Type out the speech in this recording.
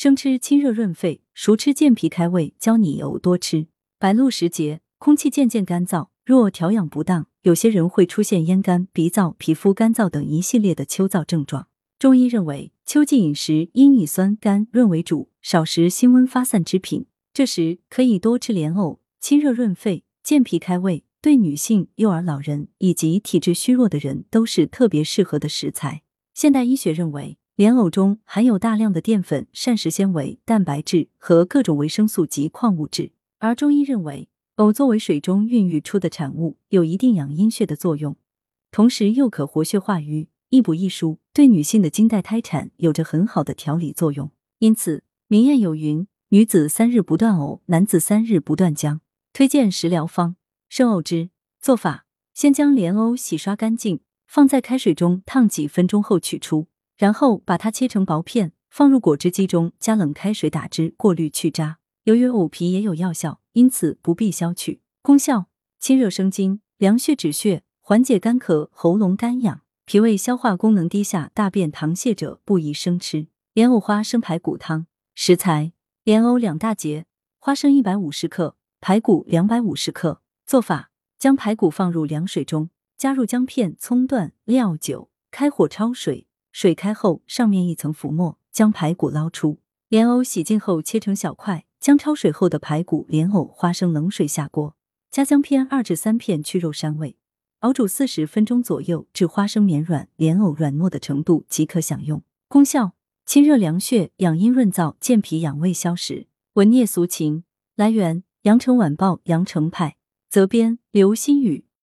生吃清热润肺，熟吃健脾开胃，教你有多吃。白露时节，空气渐渐干燥，若调养不当，有些人会出现咽干、鼻燥、皮肤干燥等一系列的秋燥症状。中医认为，秋季饮食应以酸、甘、润为主，少食辛温发散之品。这时可以多吃莲藕，清热润肺，健脾开胃，对女性、幼儿、老人以及体质虚弱的人都是特别适合的食材。现代医学认为，莲藕中含有大量的淀粉、膳食纤维、蛋白质和各种维生素及矿物质，而中医认为，藕作为水中孕育出的产物，有一定养阴血的作用，同时又可活血化瘀、益补益疏，对女性的经带胎产有着很好的调理作用。因此，民谚有云：女子3日不断藕，男子3日不断姜。推荐食疗方：生藕汁。做法：先将莲藕洗刷干净，放在开水中烫几分钟后取出，然后把它切成薄片，放入果汁机中加冷开水打汁，过滤去渣。由于藕皮也有药效，因此不必削去。功效：清热生津，凉血止血，缓解干咳、喉咙干痒。脾胃消化功能低下、大便溏泻者不宜生吃。莲藕花生排骨汤。食材：莲藕2大节，花生150克，排骨250克。做法：将排骨放入凉水中，加入姜片、葱段、料酒，开火焯水，水开后上面一层浮沫，将排骨捞出。莲藕洗净后切成小块，将焯水后的排骨、莲藕、花生冷水下锅，加姜片2至3片去肉膻味，熬煮40分钟左右，至花生绵软、莲藕软糯的程度即可享用。功效：清热凉血，养阴润燥，健脾养胃消食。文聂俗情。来源：羊城晚报羊城派。责编：刘新宇。